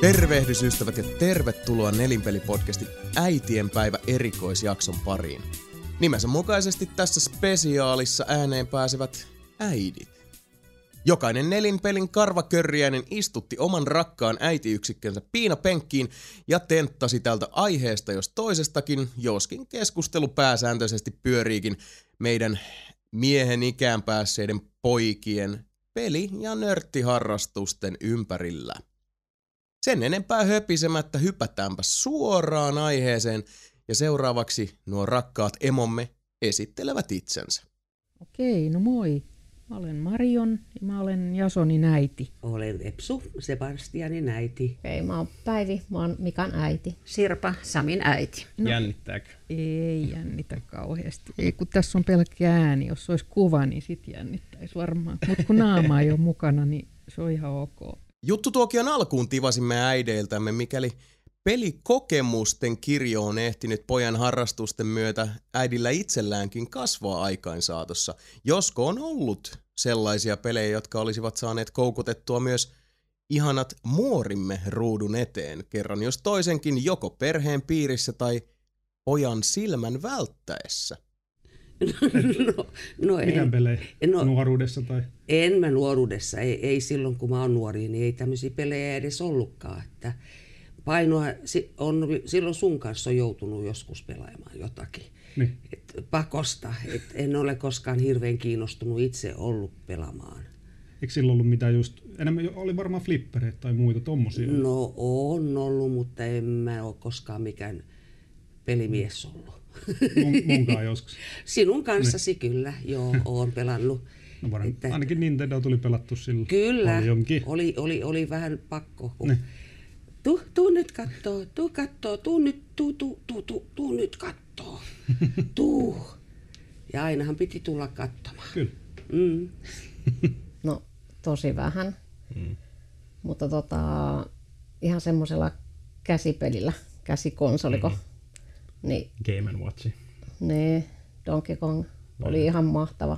Tervehdys ystävät ja tervetuloa Nelinpeli-podcastin äitienpäivä erikoisjakson pariin. Nimensä mukaisesti tässä spesiaalissa ääneen pääsevät äidit. Jokainen Nelinpelin karvakörriäinen istutti oman rakkaan äitiyksikkönsä piinapenkkiin ja tenttasi tältä aiheesta jos toisestakin, joskin keskustelu pääsääntöisesti pyöriikin meidän miehen ikään päässeiden poikien peli- ja nörttiharrastusten ympärillä. Sen enempää höpisemättä hypätäänpä suoraan aiheeseen ja seuraavaksi nuo rakkaat emomme esittelevät itsensä. Okei, no moi. Mä olen Marion ja mä olen Jasonin äiti. Olen Epsu, Sebastianin äiti. Okei, mä oon Päivi, mä oon Mikan äiti. Sirpa, Samin äiti. No, jännittääkö? Ei jännitä kauheasti. Ei, kun tässä on pelkkä ääni. Jos olisi kuva, niin sit jännittäisi varmaan. Mutta kun naama ei ole mukana, niin se on ihan ok. Juttutuokion alkuun tivasimme äideiltämme, mikäli pelikokemusten kirjo on ehtinyt pojan harrastusten myötä äidillä itselläänkin kasvaa aikain saatossa. Josko on ollut sellaisia pelejä, jotka olisivat saaneet koukutettua myös ihanat muorimme ruudun eteen, kerran jos toisenkin joko perheen piirissä tai pojan silmän välttäessä. Mitä pelejä? Nuoruudessa tai? En mä nuoruudessa, ei silloin kun mä oon nuori, niin ei tämmöisiä pelejä edes ollutkaan. Että painoa on silloin sun kanssa on joutunut joskus pelaamaan jotakin. Niin. Pakosta. En ole koskaan hirveän kiinnostunut itse ollut pelaamaan. Eikö silloin ollut mitään just, enemmän oli varmaan flippereitä tai muita tommosia? No on ollut, mutta en mä ole koskaan mikään pelimies ollut. Munkaan joskus. Sinun kanssasi kyllä, joo, oon pelannut. No ainakin Nintendo tuli pelattu silloin. Kyllä, oli vähän pakko. Tuu nyt kattoo, tuu nyt kattoo, tuu. Ja ainahan piti tulla katsomaan. Kyllä. Mm. No tosi vähän, mutta ihan semmoisella käsipelillä, käsikonsoliko. Niin, Game & Watch. niin, Donkey Kong oli ihan mahtava.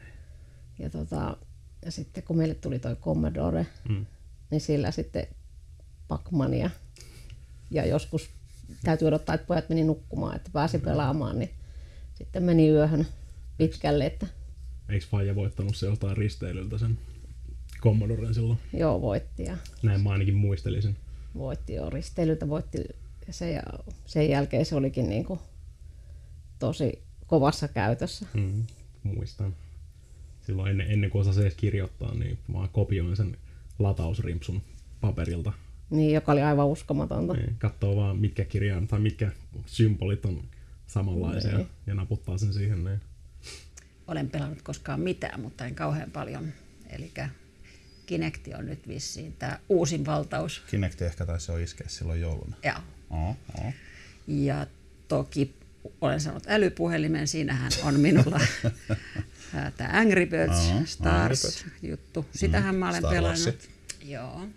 Ja sitten kun meille tuli toi Commodore, niin sillä sitten Pac-Mania. Ja joskus täytyy odottaa, että pojat meni nukkumaan, että pääsi pelaamaan, niin sitten meni yöhön pitkälle. Että... Eikö faija voittanut se jotain risteilyltä sen Commodoren silloin? Joo, voitti. Ja... Näin mä ainakin muistelisin. Voitti jo, risteilyltä voitti. Ja sen jälkeen se olikin niinku tosi kovassa käytössä. Muistan. Silloin ennen kuin osasi edes kirjoittaa, niin mä kopioin sen latausrimpsun paperilta. Niin, joka oli aivan uskomatonta. Niin, katsoo vaan mitkä kirjaimet tai mitkä symbolit on samanlaisia ja naputtaa sen siihen. Niin. Olen pelannut koskaan mitään, mutta en kauhean paljon. Eli Kinecti on nyt vissiin tämä uusin valtaus. Kinecti ehkä taisi jo iskeä silloin jouluna. Joo. Ja toki olen sanonut älypuhelimen, siinähän on minulla tämä Angry Birds Stars-juttu. Sitähän mä olen pelannut. Joo.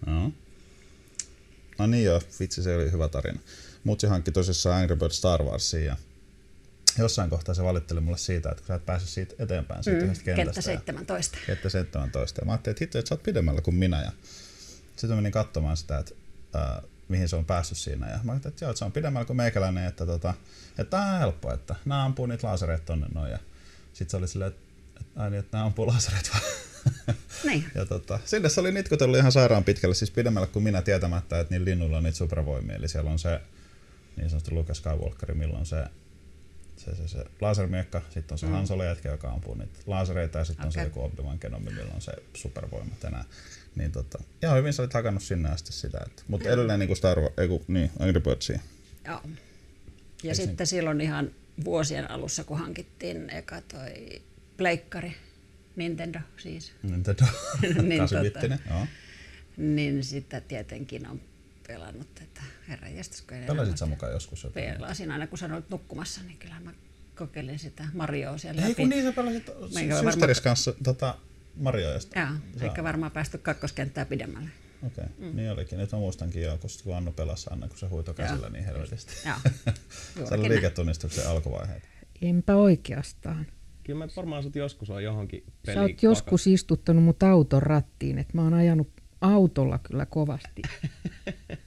No niin joo, vitsi se oli hyvä tarina. Mutsi hankki tosissaan Angry Birds Star Warsia ja jossain kohtaa se valitteli mulle siitä, että kun sä et päässyt siitä eteenpäin siitä yhdestä kentästä. Kenttä 17. Kenttä 17. Ja mä ajattelin, että hitto, että sä oot pidemmällä kuin minä. Ja sitten mä menin katsomaan sitä, että mihin se on päässyt siinä. Ja mä ajattelin, että joo, että se on pidemmällä kuin meikäläinen, että tää on helppo, että nää ampuu niitä lasereita tonne noin. Ja sit se oli silleen, että nää ampuu lasereita vaan. Niin. Ja sinne se oli nitkutellut ihan sairaan pitkälle, siis pidemmällä kuin minä tietämättä, että niillä linnuilla on niitä supervoimia. Eli siellä on se niin sanottu Luke Skywalker, milloin se lasermiekka, sitten on se Han Solo-jätkä, joka ampuu niitä lasereita, ja sitten on se joku Obi-Wan Kenobi, milloin on se supervoimat enää. Niin ihan hyvin sä olit hakannut sinne asti sitä. Mutta edelleen niin Angry Birdsia. Joo. Ja sitten silloin ihan vuosien alussa, kun hankittiin eka toi pleikkari, Nintendo siis. Nintendo, 8-bittinen, joo. Niin sitä tietenkin on pelannut tätä herranjestas. Pelasit sä mukaan joskus jotain? Pelasin aina, kun sanoit nukkumassa, niin kyllähän mä kokeilin sitä Marioa siellä läpi. Ei kun niin sä pelasit systeris kanssa Marioa. Joo, eikä varmaan päästy kakkoskenttää pidemmälle. Okei, niin olikin. Nyt mä muistankin jo, kun Annu pelasi aina, kun se huitoi käsillä niin helvetisti. Se oli liiketunnistuksen alkuvaiheet. Enpä oikeastaan. Kyllä mä varmaan sut joskus on johonkin peliin. Sä oot joskus istuttanut mut auton rattiin, että mä oon ajanut autolla kyllä kovasti.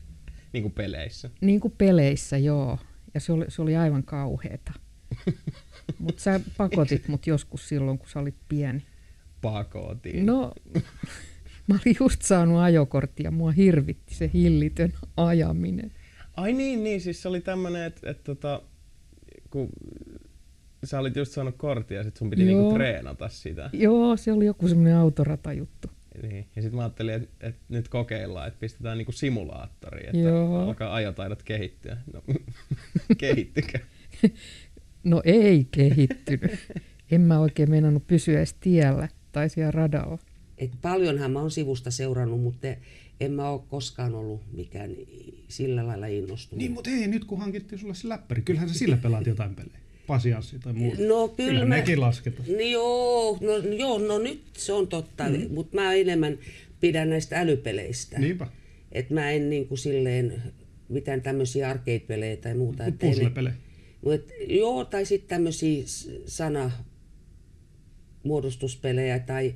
Niin kuin peleissä. Niin kuin peleissä, joo. Ja se oli aivan kauheeta. Mutta sä pakotit mut joskus silloin, kun sä olit pieni. Pakotin. No, mä olin just saanut ajokorttia ja mua hirvitti se hillitön ajaminen. Ai niin, siis se oli tämmönen, että kun sä olit just saanut kortin ja sit sun piti niinku treenata sitä. Joo, se oli joku semmoinen autoratajuttu. Niin, ja sit mä ajattelin, että nyt kokeillaan, että pistetään niinku simulaattori, että alkaa ajotaidot kehittyä. No, kehittykö? No ei kehittynyt. En mä oikein meinannut pysyä edes tiellä tai siellä radalla. Et paljonhan mä oon sivusta seurannut, mutta en mä ole koskaan ollut mikään sillä lailla innostunut. Niin, mutta hei, nyt kun hankittiin sulle se läppäri, kyllähän sä sillä pelaat jotain pelejä. Pasianssi tai muuta. No kyllä nekin lasketaan. No nyt se on totta, mutta mä enemmän pidän näistä älypeleistä. Niinpä. Et mä en niinku silleen mitään tämmöisiä arcade-pelejä tai muuta. Puzzle-pelejä. Joo, tai sitten tämmöisiä sanamuodostuspelejä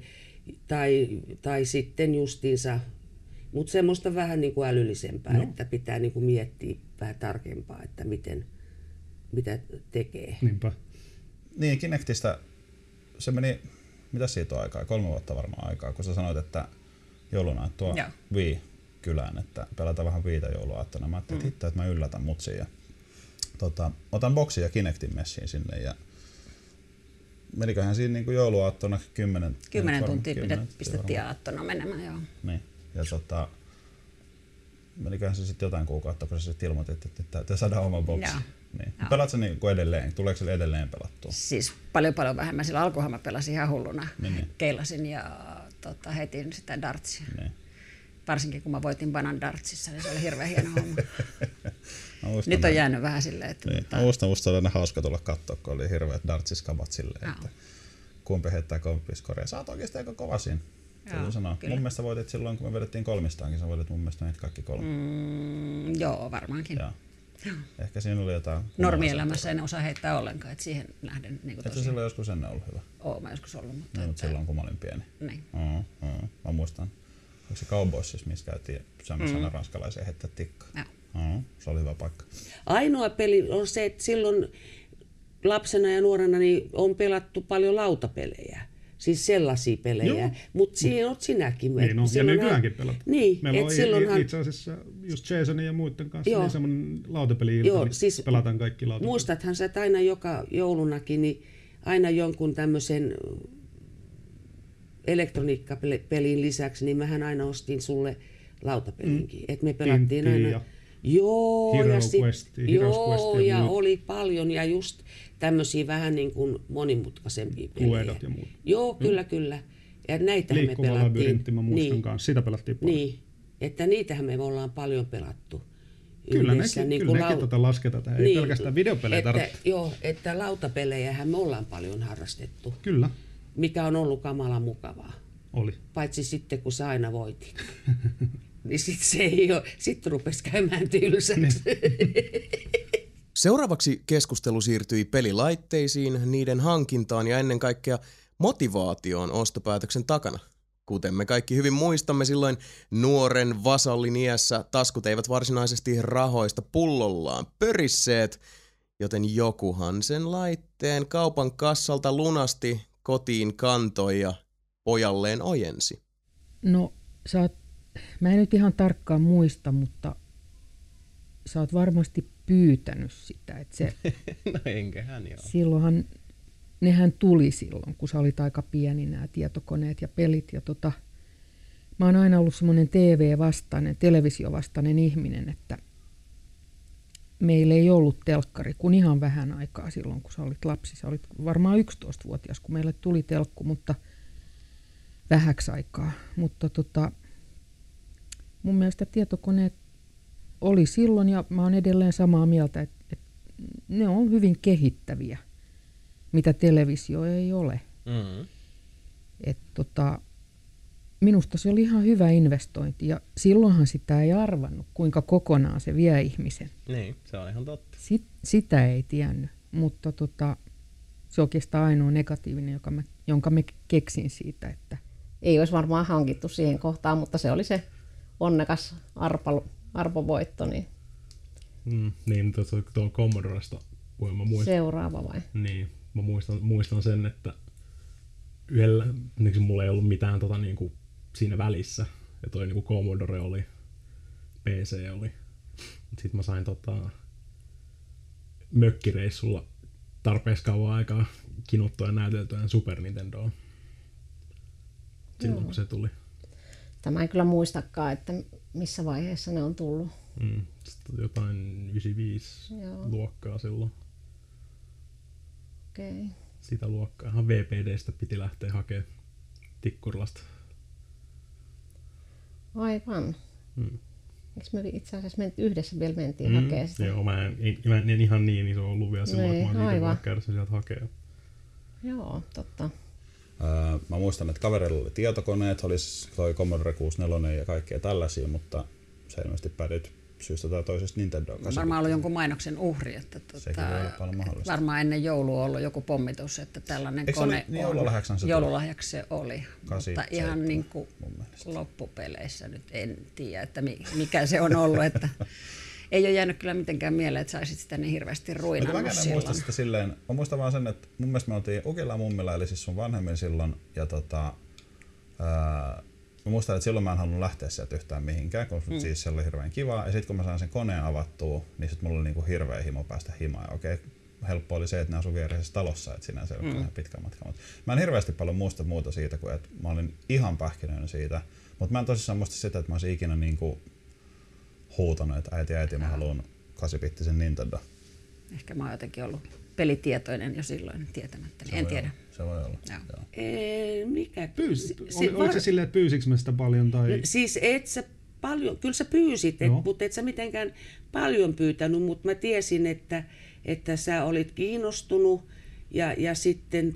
tai sitten justiinsa, mutta semmoista vähän niinku älyllisempää, että pitää niinku miettiä vähän tarkempaa, että mitä tekee. Niinpä. Niin, Kinectistä se meni, mitä siitä on aikaa? 3 vuotta varmaan aikaa, kun sä sanoit, että jouluna tuo Wii kylään, että pelataan vähän Wiitä jouluaattona. Mä ajattelin, että mä yllätän mutsia ja otan boksin ja Kinectin messiin sinne ja meniköhän siinä niin kuin jouluaattona 10 tuntia pistettiin aattona menemään, joo. Niin, ja meniköhän se sitten jotain kuukautta, kun sä sitten ilmoitit, että täytyy saada oma boksi. Niin. Pelaat sä niin edelleen? Tuleeko se edelleen pelattua? Siis paljon vähemmän. Sillä alkuunhan mä pelasin ihan hulluna. Niin. Keilasin ja heitin sitä dartsia. Niin. Varsinkin kun mä voitin Banan dartsissa, niin se oli hirveän hieno homma. Nyt on jäänyt vähän silleen, että... Niin. Musta oli aina hauska tulla katsoa, kun oli hirveät dartsiskabat silleen, että kumpi heittää komppiskoria. Sä oot oikeasti aika kova siinä. Mun mielestä voitit silloin, kun me vedettiin kolmistaankin, sä voitit mun mielestä näitä kaikki 3. Joo, varmaankin. Joo. Ehkä siinä oli jotain... Normielämässä en osaa heittää ollenkaan, että siihen nähden... Niin et sä silloin joskus ennen ollut hyvä? Oon mä joskus ollut, mutta... Niin, mutta silloin kun mä olin pieni. Niin. Mä muistan, onko se Cowboysissa, missä käytiin semmoisena ranskalaisia heittää tikkaa? Se oli hyvä paikka. Ainoa peli on se, että silloin lapsena ja nuorena niin on pelattu paljon lautapelejä. Siis sellaisia pelejä, mutta siinä olet sinäkin. Niin on, ja nykyäänkin pelataan. Niin, meillä on itse asiassa just Jasonin ja muiden kanssa niin semmoinen lautapeli-ilta, niin siis pelataan kaikki lautapeli. Muistathan sä, että aina joka joulunakin, niin aina jonkun tämmöisen elektroniikkapelin lisäksi, niin mähän aina ostin sulle lautapelinkin. Että me pelattiin aina... Ja oli paljon ja just tämmöisiä vähän niin kuin monimutkaisempia pelejä. Cluedot ja muut. Joo, kyllä. Ja näitähän me pelattiin. Liikkuva labyrintti, mä muistan kanssa. Sitä pelattiin paljon. Niin, että niitähän me ollaan paljon pelattu. Kyllä nekin lasketaan tähän, ei pelkästään videopelejä tarvitse. Joo, että lautapelejähän me ollaan paljon harrastettu. Kyllä. Mikä on ollut kamalan mukavaa. Oli. Paitsi sitten, kun sä aina voitit. Niin sitten rupesi käymään tylsäksi. Seuraavaksi keskustelu siirtyi pelilaitteisiin, niiden hankintaan ja ennen kaikkea motivaatioon ostopäätöksen takana. Kuten me kaikki hyvin muistamme, silloin nuoren vasallin iässä taskut eivät varsinaisesti rahoista pullollaan pörisseet, joten jokuhan sen laitteen kaupan kassalta lunasti, kotiin kantoi ja pojalleen ojensi. No, mä en nyt ihan tarkkaan muista, mutta sä oot varmasti pyytänyt sitä. Että se, no enköhän joo. Silloinhan, nehän tuli silloin, kun sä olit aika pieni, nämä tietokoneet ja pelit. Ja mä oon aina ollut semmoinen TV-vastainen, televisiovastainen ihminen, että meillä ei ollut telkkari kuin ihan vähän aikaa silloin, kun sä olit lapsi. Sä olit varmaan 11-vuotias, kun meille tuli telkku, mutta vähäksi aikaa. Mutta mun mielestä tietokoneet oli silloin, ja mä oon edelleen samaa mieltä, että ne on hyvin kehittäviä, mitä televisio ei ole. Mm-hmm. Minusta se oli ihan hyvä investointi, ja silloinhan sitä ei arvannut, kuinka kokonaan se vie ihmisen. Niin, se on ihan totta. Sitä ei tiennyt, mutta se on oikeastaan ainoa negatiivinen, jonka mä keksin siitä, että ei olisi varmaan hankittu siihen kohtaan, mutta se oli se onnekas arpovoitto, niin Niin, tuo Commodoresta seuraava vai? Niin, mä muistan sen, että yhdellä, niin mulla ei ollut mitään niinku siinä välissä. Ja toi niinku Commodore oli, PC oli. Sitten mä sain mökkireissulla tarpeeksi kauan aikaa kinuttua ja näyteltyä Super Nintendoa. Silloin kun se tuli. Tämä ei kyllä muistakaan, että missä vaiheessa ne on tullut. Sitten jotain 95 luokkaa silloin. Okei. Sitä luokkaahan VPDstä piti lähteä hakemaan Tikkurilasta. Aivan. Eikö me itse asiassa yhdessä vielä mentiin hakemaan sitä? Joo, mä en ihan niin iso ollut vielä silloin, että mä olin itse käydä sieltä hakemaan. Joo, totta. Mä muistan, että kaverilla oli tietokoneet, olisi toi Commodore 64 ja kaikkea tällaisia, mutta se ilmeisesti päädyt syystä tai toisesta Nintendo. Varmaan ollut jonkun mainoksen uhri, että varmaan ennen joulua ollut joku pommitus, että tällainen kone niin joululahjaksi se oli. 8, mutta ihan niin kuin loppupeleissä nyt en tiedä, että mikä se on ollut, että ei ole jäänyt kyllä mitenkään mieleen, että saisit sitä niin hirveästi ruinannut silloin. Muistan sitä silleen, mä muistan vaan sen, että mun mielestä me oltiin Ukilla ja mummilla, eli siis sun vanhemmin silloin, ja mä muistan, että silloin mä en halunnut lähteä sieltä yhtään mihinkään, kun siis se oli hirveän kivaa. Ja sitten kun mä sain sen koneen avattua, niin sit mulla oli niinku hirveä himo päästä himaan. Okei, helppo oli se, että ne asui viereisessä talossa, että sinänsä ei ole pitkä matka. Mä en hirveästi paljon muista muuta siitä, kuin että mä olin ihan pähkinöinen siitä. Mutta mä en tosissaan muista sitä, että mä olisin ikinä niinku huutanut, että äiti, mä haluan 8-bittisen Nintendo. Ehkä mä oon jotenkin ollut pelitietoinen jo silloin tietämättä, en tiedä. Se voi olla. Oliko se silleen, että pyysikö mä sitä paljon? Tai... No, siis et sä paljon, kyllä sä pyysit, mutta et sä mitenkään paljon pyytänyt, mutta mä tiesin, että sä olit kiinnostunut ja sitten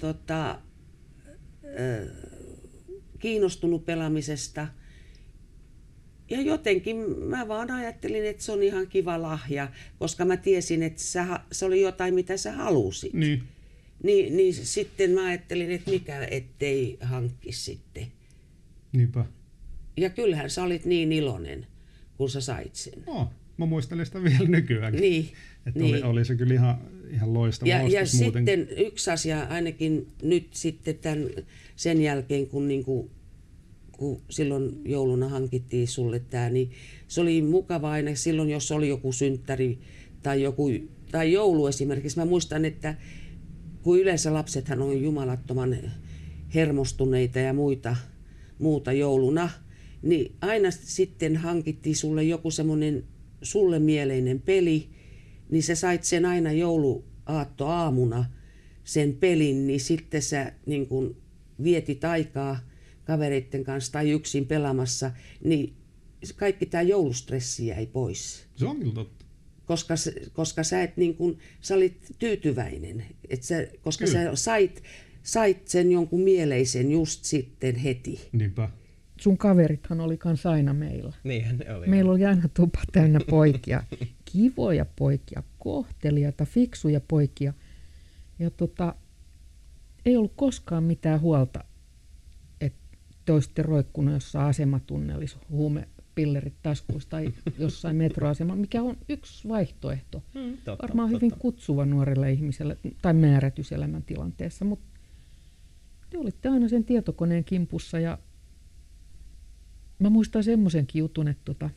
kiinnostunut pelaamisesta. Ja jotenkin mä vaan ajattelin, että se on ihan kiva lahja, koska mä tiesin, että se oli jotain, mitä sä halusit. Niin sitten mä ajattelin, että mikä ettei hankkisi sitten. Niinpä. Ja kyllähän sä olit niin iloinen, kun sä sait sen. Mä muistelen sitä vielä nykyäänkin. Niin. Että oli se kyllä ihan loistava ostos ja muuten. Sitten yksi asia ainakin nyt sitten sen jälkeen, kun silloin jouluna hankittiin sulle tämä, niin se oli mukava aina silloin, jos oli joku synttäri tai joulu esimerkiksi. Mä muistan, että kun yleensä lapsethan on jumalattoman hermostuneita ja muuta jouluna, niin aina sitten hankittiin sulle joku semmoinen sulle mieleinen peli, niin sä sait sen aina jouluaattoaamuna sen pelin, niin sitten sä niin kun vietit aikaa kavereiden kanssa tai yksin pelaamassa, niin kaikki tämä joulustressi jäi pois. Se on kyllä totta. Koska sä et niin kuin, sä olit tyytyväinen, koska kyllä. Sä sait sen jonkun mieleisen just sitten heti. Niinpä. Sun kaverithan oli kans aina meillä. Niinhän ne oli. Meillä oli aina tupa täynnä poikia. Kivoja poikia, kohteliaita, fiksuja poikia. Ja ei ollut koskaan mitään huolta, että te olisitte roikkunut jossain asematunnelissa huumepillerit taskuissa tai jossain metroasemalla, mikä on yksi vaihtoehto. Varmaan hyvin kutsuva nuorelle ihmiselle tai määrätys elämäntilanteessa, mutta te olitte aina sen tietokoneen kimpussa ja mä muistan semmoisenkin jutun, että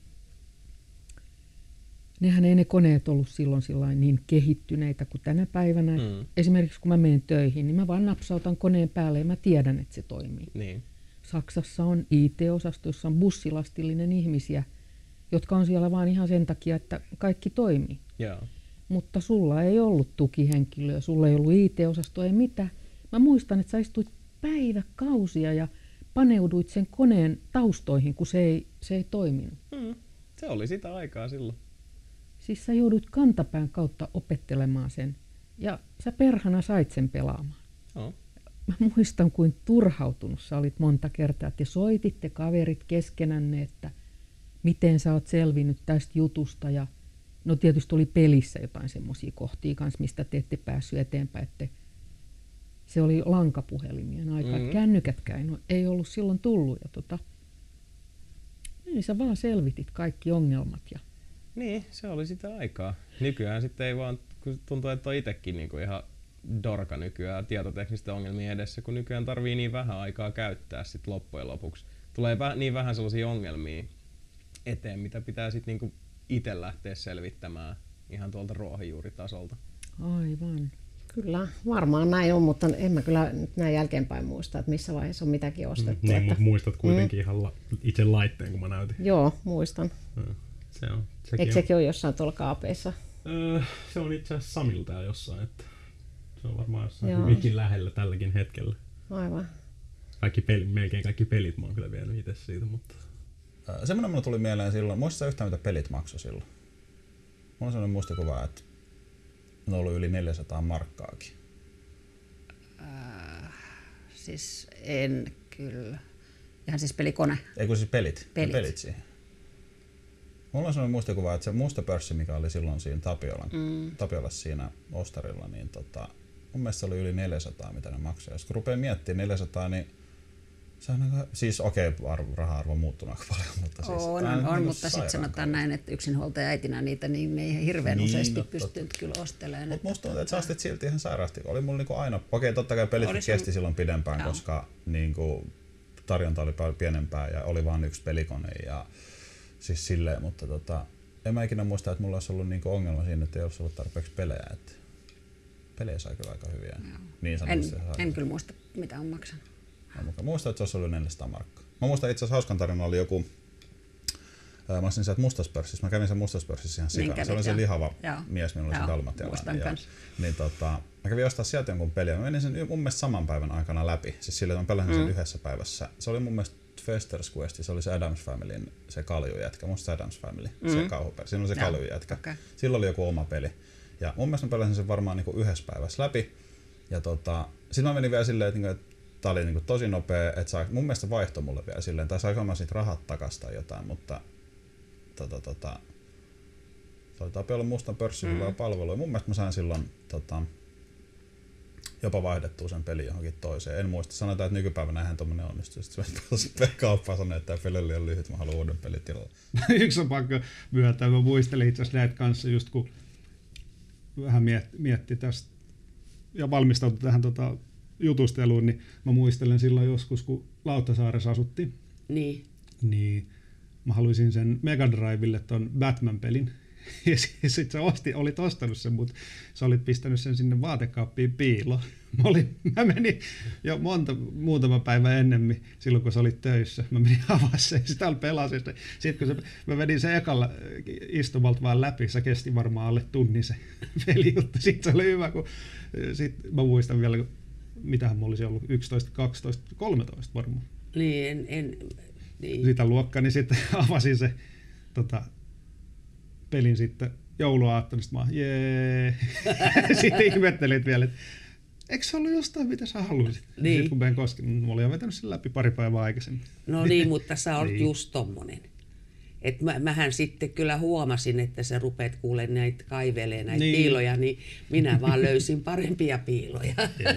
nehän ei ne koneet ollut silloin niin kehittyneitä kuin tänä päivänä. Esimerkiksi kun mä menen töihin, niin mä vaan napsautan koneen päälle ja mä tiedän, että se toimii. Niin. Saksassa on IT-osasto, jossa on bussilastillinen ihmisiä, jotka on siellä vaan ihan sen takia, että kaikki toimii. Joo. Mutta sulla ei ollut tukihenkilöä, sulla ei ollut IT-osastoa, ei mitään. Mä muistan, että sä istuit päiväkausia ja paneuduit sen koneen taustoihin, kun se ei toiminut. Se oli sitä aikaa silloin. Siis sä joudut kantapään kautta opettelemaan sen ja sä perhana sait sen pelaamaan. Mä muistan, kuin turhautunut sä olit monta kertaa. Te soititte kaverit keskenänne, että miten sä oot selvinnyt tästä jutusta. Ja no tietysti oli pelissä jotain semmoisia kohtia kanssa, mistä te ette päässyt eteenpäin. Että se oli lankapuhelimien aika. Kännykätkään ei ollut silloin tullut. Ja niin sä vaan selvitit kaikki ongelmat. Ja Niin, se oli sitä aikaa. Nykyään sitten ei vaan, kun tuntuu, että on itsekin niinku ihan dorka nykyään tietoteknisten ongelmien edessä, kun nykyään tarvii niin vähän aikaa käyttää sit loppujen lopuksi. Tulee niin vähän sellaisia ongelmia eteen, mitä pitää sitten niinku itse lähteä selvittämään ihan tuolta ruohonjuuritasolta. Aivan. Kyllä, varmaan näin on, mutta en mä kyllä nyt näin jälkeenpäin muista, että missä vaiheessa on mitäkin ostettu. Niin, mutta muistat kuitenkin ihan itse laitteen, kun mä näytin. Joo, muistan. Se on. Eikö sekin ole jossain tuolla kaapeissa? Se on itse asiassa Samilta jossain, että se on varmaan jossain hyvinkin lähellä tälläkin hetkellä. Aivan. Melkein kaikki pelit mä oon kyllä vienyt itse siitä, mutta... Semmoinen mulle tuli mieleen silloin, muistatko yhtään mitä pelit maksoi silloin? Mulla on semmoinen muistikuva, että on ollut yli 400 markkaakin. Siis en kyllä. Ihan siis pelikone. Ei kun siis pelit siihen. Mulla on semmoinen muistikuva, että se musta pörssi, mikä oli silloin siinä Tapiolassa siinä ostarilla, niin mun mielestä se oli yli 400, mitä ne maksoi. Jos kun rupeaa miettimään 400, niin sehän on siis raha-arvo on muuttunut aika paljon. Mutta siis on, mutta sitten sanotaan näin, että yksinhuoltaja-äitinä niitä niin ei hirveän useasti pystynyt kyllä ostelemaan. Mutta musta tuntuu, että sä ostit silti ihan sairaasti. Oli mulla niinku aina, totta kai pelit kesti silloin pidempään, koska niinku tarjonta oli paljon pienempää ja oli vain yksi pelikone ja siis silleen, mutta en mä ikinä muista, että mulla olisi ollut niinku ongelma siinä, että ei olisi ollut tarpeeksi pelejä. Että pelejä sai kyllä aika hyviä. Niin en kyllä muista, mitä on maksanut. Mä muistan, että se olisi ollut 400 markkaa. Mä muistan itse asiassa hauskan tarina oli joku, mä olisin sieltä Mustaspörssissä, mä kävin sen Mustaspörssissä ihan sikana. Se oli se lihava mies, minulla oli se dalmatialainen. Niin mä kävin ostaa sieltä jonkun peliä. Mä menin sen mun mielestä saman päivän aikana läpi. Siis sillä, että mä pelasin sen yhdessä päivässä. Se oli mun mielestä Fester's Quest, se oli se Addams Familyn se kaljujätkä. Musta Addams Family, se kauhupeli. Siinä oli se kaljujätkä. Okay. Silloin oli joku oma peli. Ja mun mielestä mä pelasin sen varmaan niinku yhdessä päivässä läpi. Ja sit mä menin vielä silleen, että tää oli niinku tosi nopea, että mun mielestä vaihtoi mulle vielä silleen, tai saiko mä siitä rahat takas tai jotain, mutta se oli Tapiolla mustan pörssin hyvää palvelua. Mun mielestä mä sain silloin jopa vaihdettua sen pelin johonkin toiseen. En muista, sanotaan, että nykypäivänä eihän tommonen onnistu. Sitten kauppaan sanoi, että tämä peli oli liian lyhyt, mä haluan uuden pelin tilalla. Yksi on pakko myöntää, mä muistelin itse asiassa näitä kanssa just kun vähän mietti tästä ja valmistautui tähän jutusteluun, niin mä muistelen silloin joskus, kun Lauttasaaressa asuttiin. Niin mä haluaisin sen Mega Drivelle ton Batman-pelin. Ja sit sä olit ostanut sen, mutta sä olit pistänyt sen sinne vaatekaappiin piiloon. Mä menin jo muutama päivä ennemmin, silloin kun sä olit töissä. Mä menin avaa sen, sitä pelasin. Sitten kun mä menin sen ekalla istumalta vaan läpi, se kesti varmaan alle tunnin se pelijuttu. Sitten se oli hyvä, kun mä muistan vielä, mitähän mä olisin ollut, 11, 12, 13 varmaan. Niin. Sitä luokkaa, niin sitten avasin se pelin sitten jouluaattona, sitten mä jee. Sitten ihmettelit vielä, että eikö se ollut jostain, mitä sä haluaisit? Niin. Sitten kun Ben Koski, mä olin jo vetänyt sen läpi pari päivää aikaisemmin. No niin, mutta sä olet just tommonen. Et mähän sitten kyllä huomasin, että sä rupeat kuulemaan näitä kaivelee näitä piiloja, niin minä vaan löysin parempia piiloja.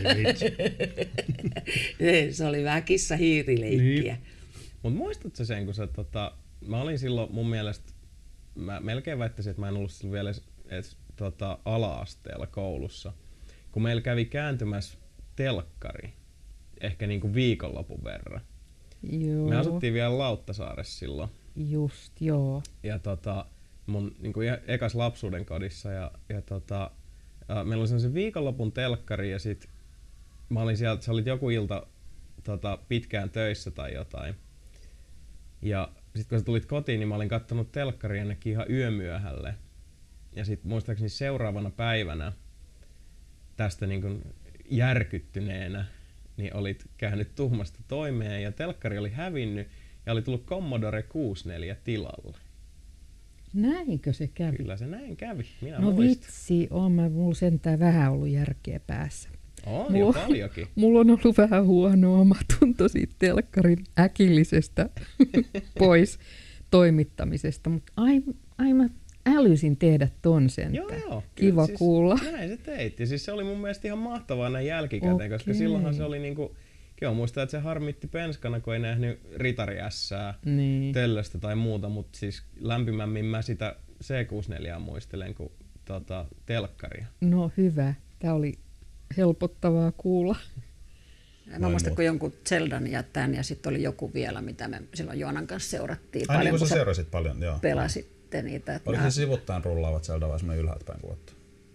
Se oli vähän kissa-hiirileikkiä. Niin. Mutta muistatko sen, kun sä, mä olin silloin mun mielestä, mä melkein väittäisin, että mä en ollut silloin vielä edes ala-asteella koulussa, kun meillä kävi kääntymässä telkkari, ehkä niinku viikonlopun verran. Joo. Me asuttiin vielä Lauttasaaressa silloin. Just, joo. Ja mun niinku ekas lapsuuden kodissa ja meillä oli sellaisen viikonlopun telkkari ja sit mä olin sieltä, sä olit joku ilta pitkään töissä tai jotain. Ja sit kun sä tulit kotiin, niin mä olin kattonut telkkaria ainakin ihan yömyöhälle. Ja sit muistaakseni seuraavana päivänä tästä niin kuin järkyttyneenä, niin olit käynyt tuhmasta toimeen ja telkkari oli hävinnyt ja oli tullut Commodore 64 tilalle. Näinkö se kävi? Kyllä se näin kävi. Minä no muistan. Vitsi, mulla sentään vähän ollut järkeä päässä. On jo paljonkin. Mulla on ollut vähän huono omatunto siitä telkkarin äkillisestä pois toimittamisesta, mutta ai mä älysin tehdä ton sentään. Joo, kiva siis kuulla. Näin se teit. Ja siis se oli mun mielestä ihan mahtavaa näin jälkikäteen, koska silloinhan se oli niinku, kyllä muistan, että se harmitti penskana, kun ei nähnyt Ritari S:ää, Töllöstä tai muuta, mutta siis lämpimämmin mä sitä C64 muistelen kuin telkkaria. No hyvä. Tämä oli helpottavaa kuulla. Mä muistan, kun jonkun Zeldan ja tämän, ja sitten oli joku vielä, mitä me silloin Joonan kanssa seurattiin. Ai paljon, niin, kun sä seurasit paljon, joo. Pelasitte niitä. Oliko se sivuttaan rullaavat Zelda vai semmoinen ylhäältä päin kuvattu?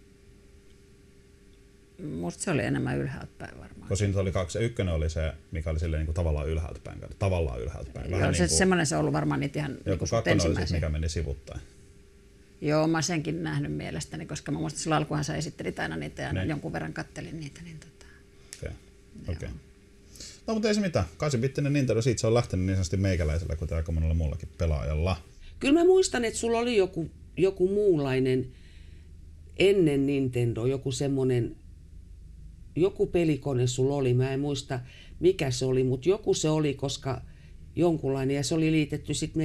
Musta se oli enemmän ylhäältä päin varmaan. Kun siinä oli kaksi. Ykkönen oli se, mikä oli silleen niin kuin tavallaan ylhäältä päin. Tavallaan ylhäältä päin. Vähän joo, semmoinen se on ollut varmaan niitä ihan joku niin kakkonen oli siis, mikä meni sivuttain. Joo, mä senkin nähnyt mielestäni, koska mä muistan, silloin alkuhan sä esittelit aina niitä ja niin. jonkun verran kattelin niitä. Niin Okei. No mutta ei se mitään. 8-bittinen Nintendo, siitä se on lähtenyt niin sanotusti meikäläisellä, kuten aika monella muullakin pelaajalla. Kyllä mä muistan, että sulla oli joku muunlainen ennen Nintendo, joku pelikone sulla oli. Mä en muista mikä se oli, mutta joku se oli, koska jonkunlainen, ja se oli liitetty sitten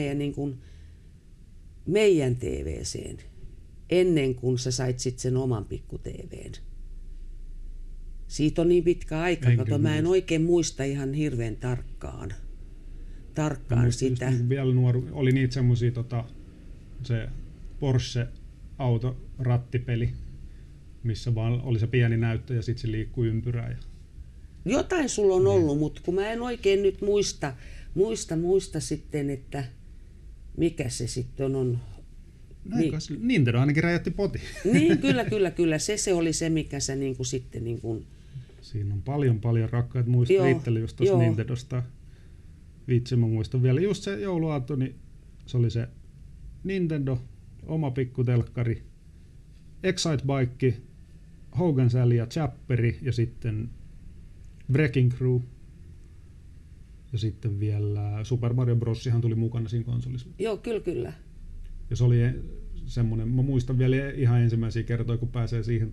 meidän TV:seen ennen kuin sä sait sitten sen oman pikku TV:n. Siitä on niin pitkä aika, mä en oikein muista ihan hirveän tarkkaan sitä. Just, vielä nuori, oli niitä semmosia se Porsche autorattipeli, missä vaan oli se pieni näyttö ja sitten se liikkui ympyrää. Jotain sulla on ollut, mutta kun mä en oikein nyt muista sitten, että mikä se sitten on. Niin. Nintendo ainakin räjäytti potin. Niin, kyllä. Se oli se, mikä se niinku sitten niinku. Siinä on paljon rakkaat muistoja itselle just tuosta Nintendosta. Vitsi, mä muistan vielä just se jouluaatto, niin se oli se Nintendo, oma pikkutelkkari, Excitebike, Hogan Sally ja Chapperi ja sitten Wrecking Crew. Ja sitten vielä Super Mario Bros. Ihan tuli mukana siinä konsolissa. Joo, kyllä. Ja se oli semmoinen, mä muistan vielä ihan ensimmäisiä kertoja, kun pääsee siihen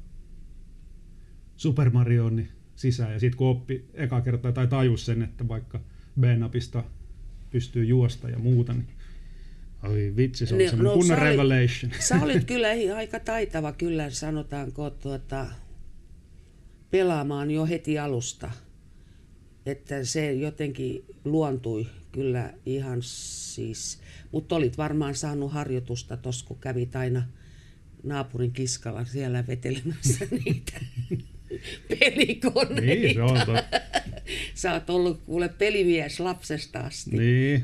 Super Marioon niin sisään. Ja sitten kun oppi eka kertaa tai tajus sen, että vaikka B-napista pystyy juosta ja muuta, niin oi vitsi, se oli semmoinen kunnon revelation. Sä olit kyllä aika taitava, kyllä sanotaanko, pelaamaan jo heti alusta. Että se jotenkin luontui kyllä ihan siis. Mutta olit varmaan saanut harjoitusta tuossa, kun kävit aina naapurin kiskalla siellä vetelemässä niitä pelikoneita. Niin, se on totta. Sä oot ollut kuule pelimies lapsesta asti. Niin.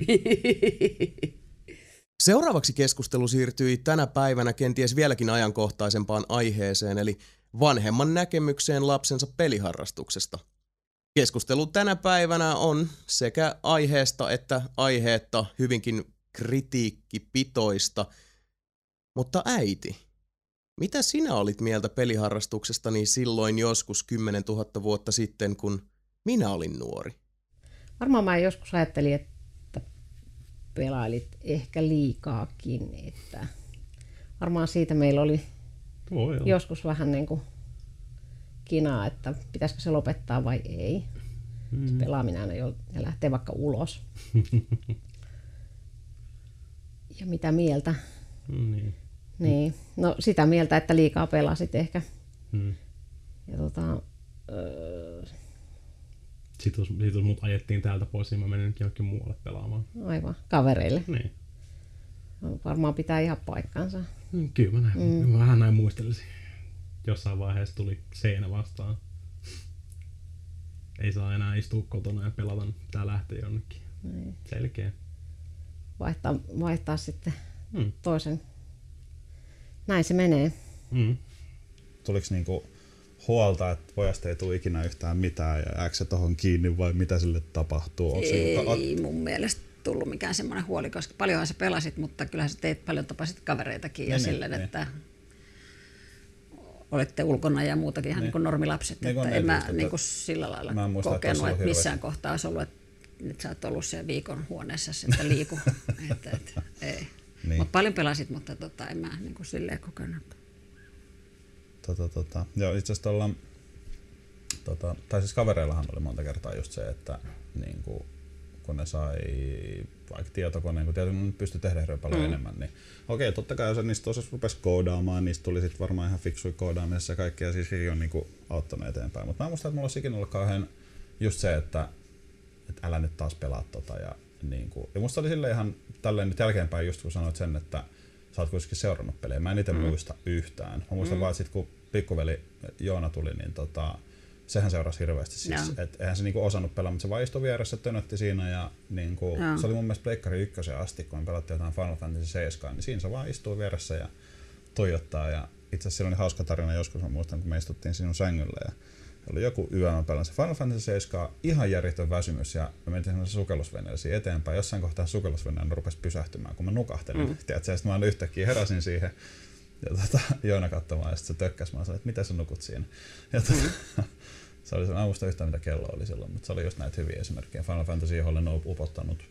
Seuraavaksi keskustelu siirtyi tänä päivänä kenties vieläkin ajankohtaisempaan aiheeseen, eli vanhemman näkemykseen lapsensa peliharrastuksesta. Keskustelu tänä päivänä on sekä aiheesta että aiheetta hyvinkin kritiikkipitoista. Mutta äiti, mitä sinä olit mieltä peliharrastuksestani silloin joskus 10 000 vuotta sitten, kun minä olin nuori? Varmaan mä joskus ajattelin, että pelailit ehkä liikaakin. Että varmaan siitä meillä oli joskus vähän niin kuin kinaa, että pitäisikö se lopettaa vai ei. Se pelaaminen aina jo lähtee vaikka ulos. Ja mitä mieltä? Niin. No sitä mieltä, että liikaa pelasit ehkä. Ja Sitten jos mut ajettiin täältä pois, niin mä menin nyt jonnekin muualle pelaamaan. Aivan, kavereille. Niin. No, varmaan pitää ihan paikkansa. Kyllä mä vähän näin muistelisin. Jossain vaiheessa tuli seinä vastaan. Ei saa enää istua kotona ja pelata, tää lähtee jonnekin. Niin. Selkeä. Vaihtaa sitten toisen. Näin se menee. Tuliko niinku huolta, että pojasta ei tule ikinä yhtään mitään ja jääkö se tohon kiinni vai mitä sille tapahtuu? Ei mun mielestä tullut mikään semmoinen huoli, koska paljonhan sä pelasit, mutta kyllähän sä teit paljon tapasit kavereitakin ja silleen, että olette ulkona ja muutakin ihan niin kuin normilapset. Niin että en mä niin kuin sillä lailla kokenut, että missään kohtaa olisi ollut, että nyt sä oot ollut siellä viikon huoneessa, että liiku. Ei. Niin. Mutta paljon pelasit, mutta en mä niin kuin silleen kokenut. Joo, itse asiassa tai siis kavereillahan oli monta kertaa just se, että niin kuin, kun ne sai vaikka tietokoneen, kun tietokoneen pystyi tehdä paljon enemmän, niin okei, totta kai jos niistä osasi rupesi koodaamaan, niistä tuli sitten varmaan ihan fiksui koodaamisessa ja kaikkea, ja siis sekin on niin kuin auttanut eteenpäin. Mutta mä muistan, että mulla olisi ikinä ollut kauhean just se, että älä nyt taas pelaa ja niin kuin. Ja musta oli silleen ihan tälleen nyt jälkeenpäin just kun sanoit sen, että sä oot kuitenkin seurannut pelejä. Mä en itse muista yhtään. Mä muistan vaan, että sit, kun pikkuveli Joona tuli, niin sehän seurasi hirveästi. Siis, et eihän se niinku osannut pelaa, mutta se vaan istui vieressä, tönötti siinä. Ja niinku, se oli mun mielestä Pleikkari 1 asti, kun me pelattiin jotain Final Fantasy 7, niin siinä se vaan istuu vieressä ja tuijottaa. Ja itse asiassa silloin oli hauska tarina joskus, mä muistan, kun me istuttiin sinun sängyllä. Ja oli joku yö, mä pelan se Final Fantasy 7, ihan järjetön väsymys, ja me mentiin semmoisen sukellusveneisiin eteenpäin. Jossain kohtaa sukellusveneen rupesi pysähtymään, kun mä nukahtelin. Tiedätkö, sitten mä yhtäkkiä heräsin siihen, ja Joona katsomaan, ja sitten se tökkäsi. Mä sanoin, että mitä sä nukut siinä? Ja se oli, mä en muista yhtään, mitä kello oli silloin, mutta se oli just näitä hyviä esimerkkejä. Final Fantasy, johon olen upottanut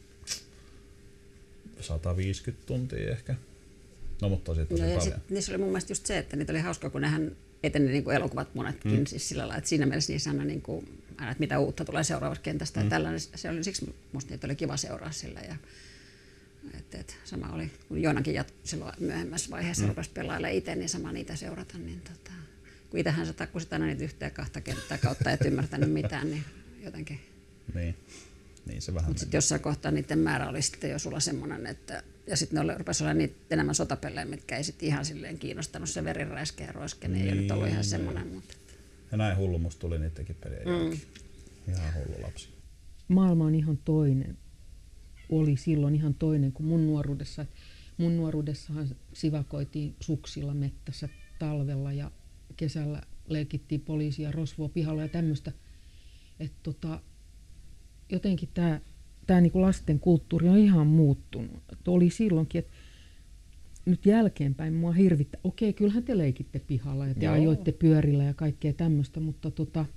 150 tuntia ehkä. No, mutta tosi paljon. Niissä oli mun mielestä just se, että niitä oli hauska, kun nehän eteni niin kuin elokuvat monetkin, siis sillä lailla, että siinä mielessä niissä aina, niin kuin, aina että mitä uutta tulee seuraavassa kentästä ja tällainen, se oli siksi musta niitä oli kiva seuraa sillä ja et sama oli, kun Joonakin silloin myöhemmässä vaiheessa rupesi pelailemaan itse, niin sama niitä seurata, niin kun itsehän sä takkusit aina niitä yhteen kahta kenttää kautta et ymmärtänyt mitään, niin jotenkin. Niin se vähän. Mutta sitten jossain kohtaa niiden määrä oli sitten jo sulla semmoinen, että ja sitten ne rupesi olla niitä enemmän sotapellejä, mitkä ei sitten ihan silleen kiinnostanut se verenräiskä ja roiske, niin ei nyt ollut ihan semmoinen. Mutta ja näin hullu musta tuli niidenkin pelejä jälkeen. Ihan hullu lapsi. Maailma on ihan toinen. Oli silloin ihan toinen kuin mun nuoruudessa. Mun nuoruudessahan sivakoitiin suksilla mettässä talvella ja kesällä leikittiin poliisia rosvoa pihalla ja tämmöistä. Että jotenkin tämä niinku lasten kulttuuri on ihan muuttunut. Et oli silloinkin, että nyt jälkeenpäin mua hirvittää. Okei, kyllähän te leikitte pihalla ja te ajoitte pyörillä ja kaikkea tämmöistä, mutta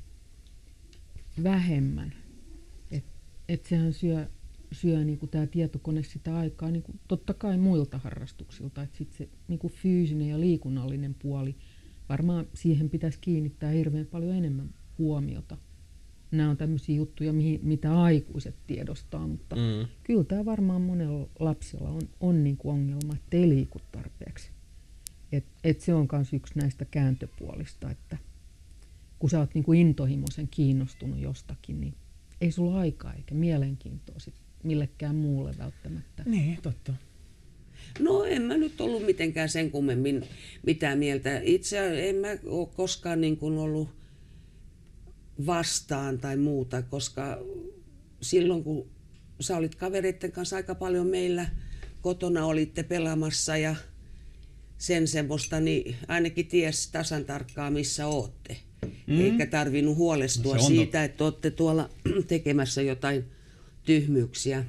vähemmän. Et sehän syö niinku tämä tietokone sitä aikaa niinku totta kai muilta harrastuksilta. Et sit se niinku fyysinen ja liikunnallinen puoli, varmaan siihen pitäisi kiinnittää hirveän paljon enemmän huomiota. Nämä on tämmöisiä juttuja, mitä aikuiset tiedostaa, mutta kyllä tämä varmaan monella lapsella on niin kuin ongelma, että ei liiku tarpeeksi. Et se on myös yksi näistä kääntöpuolista, että kun sä oot niin kuin intohimoisen kiinnostunut jostakin, niin ei sulla aikaa eikä mielenkiintoa sit millekään muulle välttämättä. Niin, totta. No en mä nyt ollut mitenkään sen kummemmin mitään mieltä. Itse en mä ole koskaan niin kuin ollut vastaan tai muuta, koska silloin kun sä olit kavereiden kanssa aika paljon meillä kotona olitte pelaamassa ja sen semmoista, niin ainakin ties tasan tarkkaan missä ootte. Eikä tarvinnut huolestua siitä, että ootte tuolla tekemässä jotain tyhmyyksiä.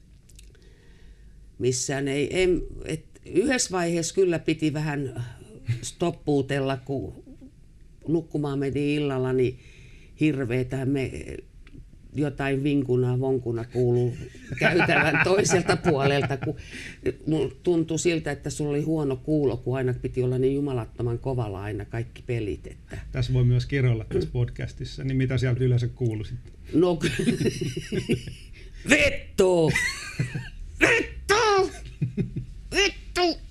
Missään yhdessä vaiheessa kyllä piti vähän stoppuutella, kun nukkumaan meni illalla, niin hirveetä jotain vinkuna vonkuna kuuluu käytävän toiselta puolelta, kun tuntui siltä, että sulla oli huono kuulo, kun aina piti olla niin jumalattoman kovalla aina kaikki pelit. Että. Tässä voi myös kiroilla tässä podcastissa, niin mitä sieltä yleensä kuuluu sitten? No Vetto! Vetto! Vetto!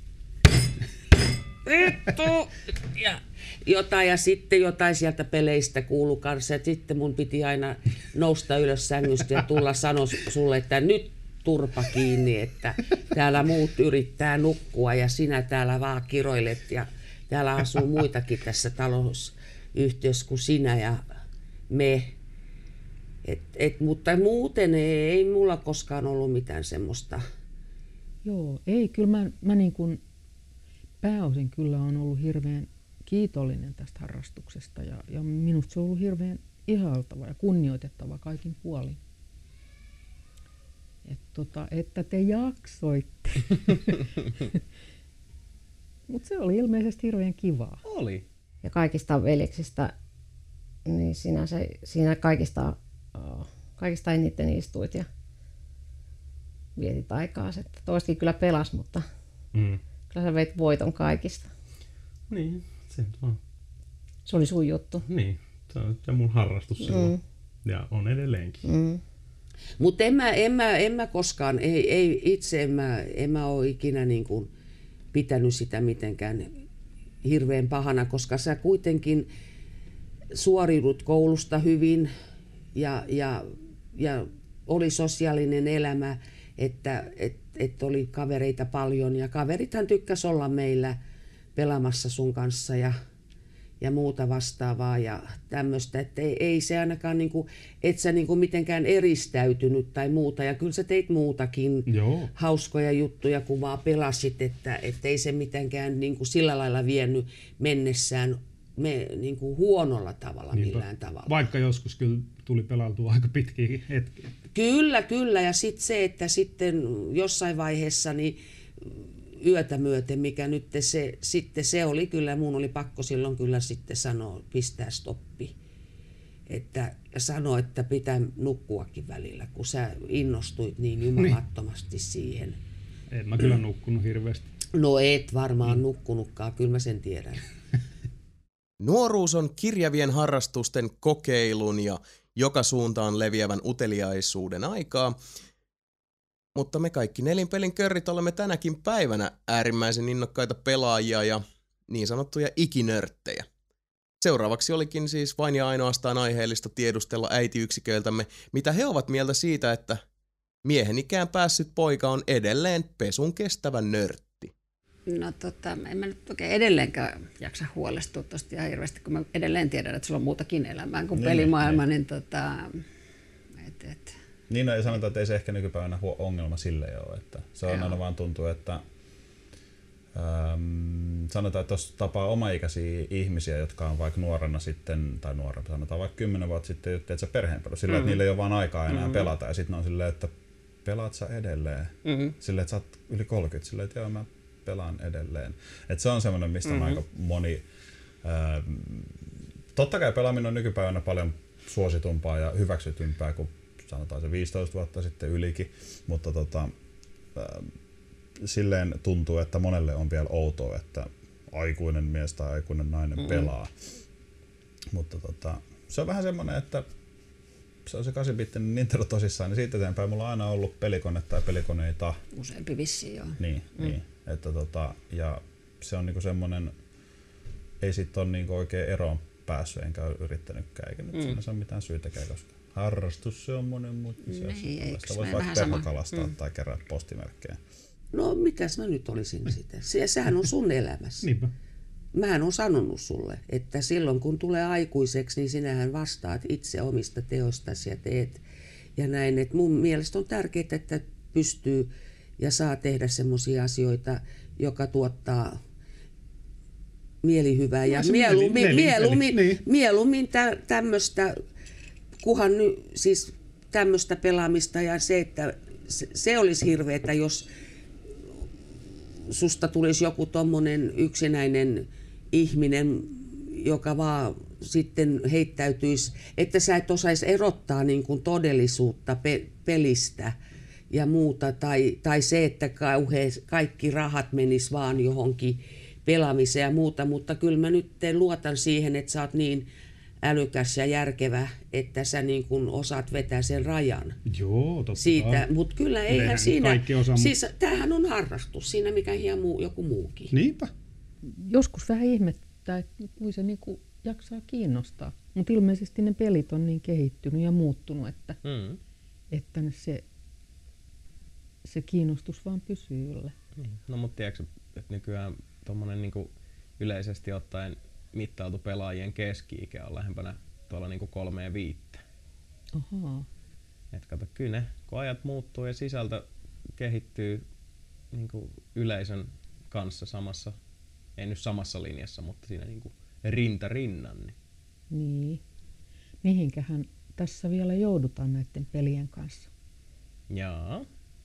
Vetto! Ja sitten jotain sieltä peleistä kuului kanssa. Ja sitten mun piti aina nousta ylös sängystä ja tulla sanoa sulle, että nyt turpa kiinni, että täällä muut yrittää nukkua ja sinä täällä vaan kiroilet ja täällä asuu muitakin tässä talousyhtiössä kuin sinä ja me. Mutta muuten ei mulla koskaan ollut mitään semmoista. Joo, ei, kyllä mä niin kuin pääosin kyllä on ollut hirveän kiitollinen tästä harrastuksesta ja minusta se on ollut hirveän ihailtava ja kunnioitettava kaikin puolin. Että te jaksoitte. Mutta se oli ilmeisesti hirveän kivaa. Oli. Ja kaikista veljeksistä, niin siinä kaikista eniten istuit ja vietit aikaa. Toisetkin kyllä pelas, mutta kyllä sä veit voiton kaikista. Niin, se on. Se oli sun juttu. Niin, se on mun harrastus silloin. Ja on edelleenkin. Mutta en mä koskaan, en mä ole ikinä niin kuin pitänyt sitä mitenkään hirveän pahana, koska sä kuitenkin suoriudut koulusta hyvin ja oli sosiaalinen elämä että oli kavereita paljon ja kaverithan tykkäs olla meillä pelaamassa sun kanssa ja muuta vastaavaa ja tämmöistä, että ei se ainakaan et sä mitenkään eristäytynyt tai muuta ja kyllä sä teit muutakin hauskoja juttuja kun vaan pelasit, että ei se mitenkään sillä lailla vienyt mennessään huonolla tavalla millään tavalla. Vaikka joskus kyllä tuli pelailtua aika pitkiä hetkiä. Kyllä ja sitten se, että sitten jossain vaiheessa niin yötä myöten, mikä nyt se oli kyllä, mun oli pakko silloin kyllä sitten sanoa, pistää stoppi. Että sanoa, että pitää nukkuakin välillä, kun sä innostuit niin jumalattomasti siihen. En mä kyllä nukkunut hirveästi. No et varmaan nukkunutkaan, kyllä mä sen tiedän. Nuoruus on kirjavien harrastusten kokeilun ja joka suuntaan leviävän uteliaisuuden aikaa. Mutta me kaikki Nelinpelin körrit olemme tänäkin päivänä äärimmäisen innokkaita pelaajia ja niin sanottuja ikinörttejä. Seuraavaksi olikin siis vain ja ainoastaan aiheellista tiedustella äitiyksiköiltämme, mitä he ovat mieltä siitä, että miehen ikään päässyt poika on edelleen pesun kestävä nörtti. No en mä nyt oikein edelleenkään jaksa huolestua tosta ihan hirveästi, kun mä edelleen tiedän, että sulla on muutakin elämää kuin pelimaailma, niin Niin no, ei sanota, että ei se ehkä nykypäivänä ongelma sille ole. Että se on aina vaan tuntuu, että sanotaan, että jos tapaa omaikäisiä ihmisiä, jotka on vaikka nuorena sitten, tai nuorena, sanotaan vaikka 10 vuotta sitten, että sä perheenpelu, sillä että niillä ei ole vaan aikaa enää pelata, ja sitten on silleen, että pelaat sä edelleen, silleen, että sä oot yli 30, silleen, että joo, mä pelaan edelleen. Että se on semmoinen, mistä on aika moni. Totta kai pelaaminen on nykypäivänä paljon suositumpaa ja hyväksytympää kuin sanotaan se 15 vuotta sitten ylikin, mutta silleen tuntuu, että monelle on vielä outoa, että aikuinen mies tai aikuinen nainen pelaa. Mutta se on vähän semmoinen, että se on se 8-bittinen Nintendo tosissaan, niin siitä eteenpäin mulla on aina ollut pelikone tai pelikoneita. Useampi vissiin, joo. Niin. Että ja se on niinku semmoinen, ei sit ole niinku oikein eroon päässyt, enkä ole yrittänytkään, eikä nyt sinänsä ole mitään syytäkään, koska harrastus se on monenmutkisia. Sitä voisi vaikka perhokalastaa tai kerää postimerkkejä. No mitäs mä nyt olisin sitä? Sehän on sun elämässä. Niinpä. Mähän on sanonut sulle, että silloin kun tulee aikuiseksi, niin sinähän vastaat itse omista teoistasi ja teet ja näin. Et mun mielestä on tärkeää, että pystyy ja saa tehdä semmoisia asioita, joka tuottaa mielihyvää ja mieluummin tämmöistä, kuhan nyt siis tämmöistä pelaamista ja se, että se olisi hirveetä, jos susta tulisi joku tommonen yksinäinen ihminen, joka vaan sitten heittäytyisi, että sä et osaisi erottaa niin kuin todellisuutta pelistä ja muuta, tai se, että kaikki rahat menis vaan johonkin pelaamiseen ja muuta, mutta kyllä mä nyt luotan siihen, että sä oot niin älykäs ja järkevä, että sä niin kuin osaat vetää sen rajan. Joo, totta siitä, mutta kyllä eihän siinä, osaa, siis tämähän on harrastus, siinä mikä joku muukin. Niinpä. Joskus vähän ihmettää, että kuin se niinku jaksaa kiinnostaa, mutta ilmeisesti ne pelit on niin kehittynyt ja muuttunut, että se kiinnostus vaan pysyy yllä. No mutta tiedätkö, että nykyään tommonen niinku yleisesti ottaen mittailtu pelaajien keski-ikä on lähempänä tuolla niinku 3 ja 5. Ahaa. Et kato, kyllä ne, kun ajat muuttuu ja sisältö kehittyy niinku yleisön kanssa samassa, ei nyt samassa linjassa, mutta siinä niinku rinta rinnan. Niin. Mihinkähän tässä vielä joudutaan näiden pelien kanssa? Jaa.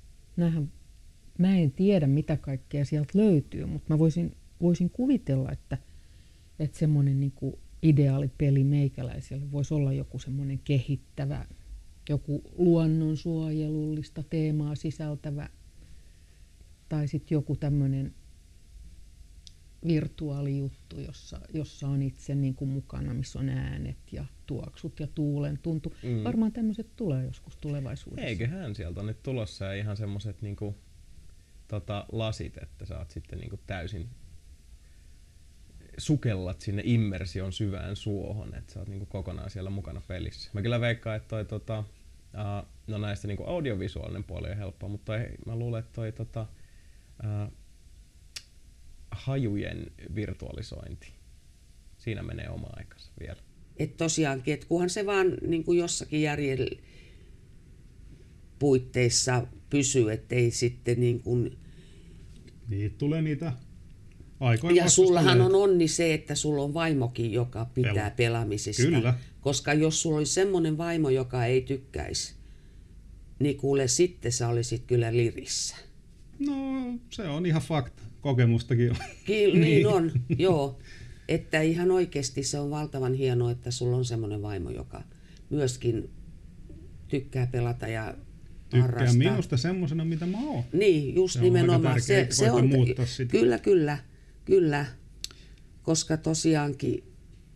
Mä en tiedä mitä kaikkea sieltä löytyy, mutta mä voisin kuvitella, että semmoinen niinku ideaalipeli meikäläiselle voisi olla joku semmoinen kehittävä, joku luonnonsuojelullista teemaa sisältävä tai sitten joku tämmöinen virtuaalijuttu, jossa on itse niinku mukana, missä on äänet ja tuoksut ja tuulen tuntu. Varmaan tämmöiset tulee joskus tulevaisuudessa. Eiköhän sieltä on nyt tulossa ja ihan semmoiset niinku, lasit, että sä oot sitten niinku täysin sukellat sinne immersion syvään suohon, että sä oot niinku kokonaan siellä mukana pelissä. Mä kyllä veikkaan, että No näistä niinku audiovisuaalinen puoli on helppoa, mutta mä luulen, että toi hajujen virtualisointi, siinä menee oma aikansa vielä. Että tosiaankin, että kunhan se vaan niin kuin jossakin järjen puitteissa pysyy, ettei sitten niin kuin... Niin, tulee niitä aikoja. Ja sullahan on onni se, että sulla on vaimokin, joka pitää pelaamisesta. Kyllä. Koska jos sulla olisi semmoinen vaimo, joka ei tykkäisi, niin kuule, sitten sä olisit kyllä lirissä. No, se on ihan fakta. Kokemustakin on. Niin on, joo. Että ihan oikeasti se on valtavan hienoa, että sulla on semmoinen vaimo, joka myöskin tykkää pelata ja harrastaa. Tykkää minusta semmoisena, mitä mä oon. Niin, just se nimenomaan. Se on Kyllä. Koska tosiaankin,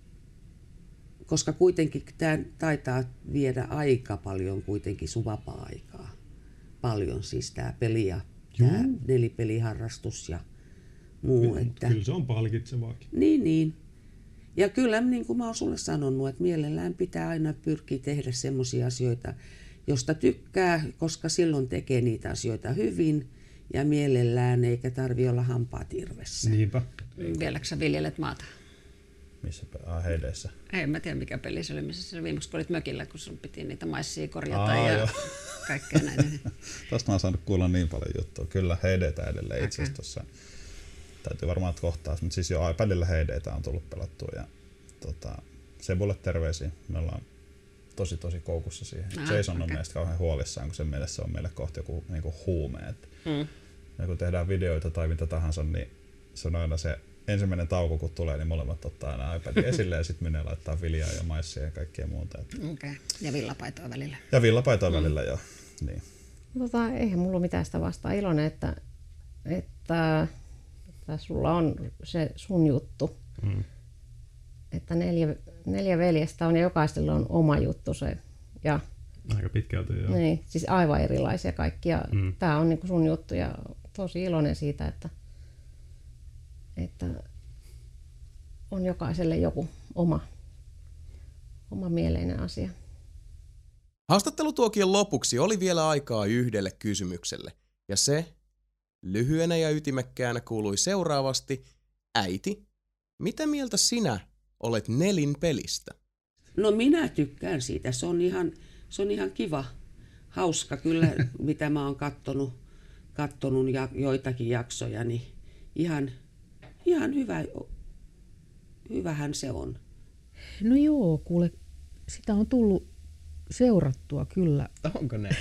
koska kuitenkin tämä taitaa viedä aika paljon kuitenkin sun vapaa-aikaa. Paljon siis tämä peli ja tämä nelipeliharrastus ja muu. Että... Kyllä se on palkitsevaakin. Niin. Ja kyllä, niin kuin mä oon sulle sanonut, että mielellään pitää aina pyrkiä tehdä semmoisia asioita, josta tykkää, koska silloin tekee niitä asioita hyvin ja mielellään, eikä tarvi olla hampaat irvessä. Niinpä. Vieläkö sä viljelet maata? Missä Heideissä? Ei mä tiedä mikä peli se oli, missä se viimeksi kun olit mökillä, kun sun piti niitä maissia korjata ja kaikkea näin. Tosta mä oon saanut kuulla niin paljon juttua. Kyllä Heideitä edelleen itse asiassa tossa. Täytyy varmaan kohtaa, mutta siis jo iPadilla Heideitä on tullut pelattua ja Sebulle terveisiä. Me ollaan tosi koukussa siihen. Jason on meistä kauhean huolissaan, kun sen mielessä se on meille kohta joku niinku huume. Ja kun tehdään videoita tai mitä tahansa, niin se on aina se ensimmäinen tauko, kun tulee, niin molemmat ottaa aina iPadin esille ja sitten menee laittaa viljaa ja maissia ja kaikkea muuta. Okay. Ja villapaitoa välillä. Ja villapaitoa välillä, joo. Niin. Eihän mulla mitään sitä vastaa. Iloinen, että sulla on se sun juttu. Että 4 veljestä on ja jokaisella on oma juttu se. Ja, aika pitkälti, joo. Niin, siis aivan erilaisia kaikkia. Tää on niinku sun juttu ja tosi iloinen siitä, että on jokaiselle joku oma mieleinen asia. Haastattelutuokion lopuksi oli vielä aikaa yhdelle kysymykselle. Ja se lyhyenä ja ytimekkäänä kuului seuraavasti: äiti, mitä mieltä sinä olet Nelin-pelistä? No minä tykkään siitä. Se on ihan kiva, hauska kyllä, mitä mä oon kattonut ja joitakin jaksoja, niin ihan hyvähän se on. No joo, kuule, sitä on tullut seurattua kyllä. Onko näin?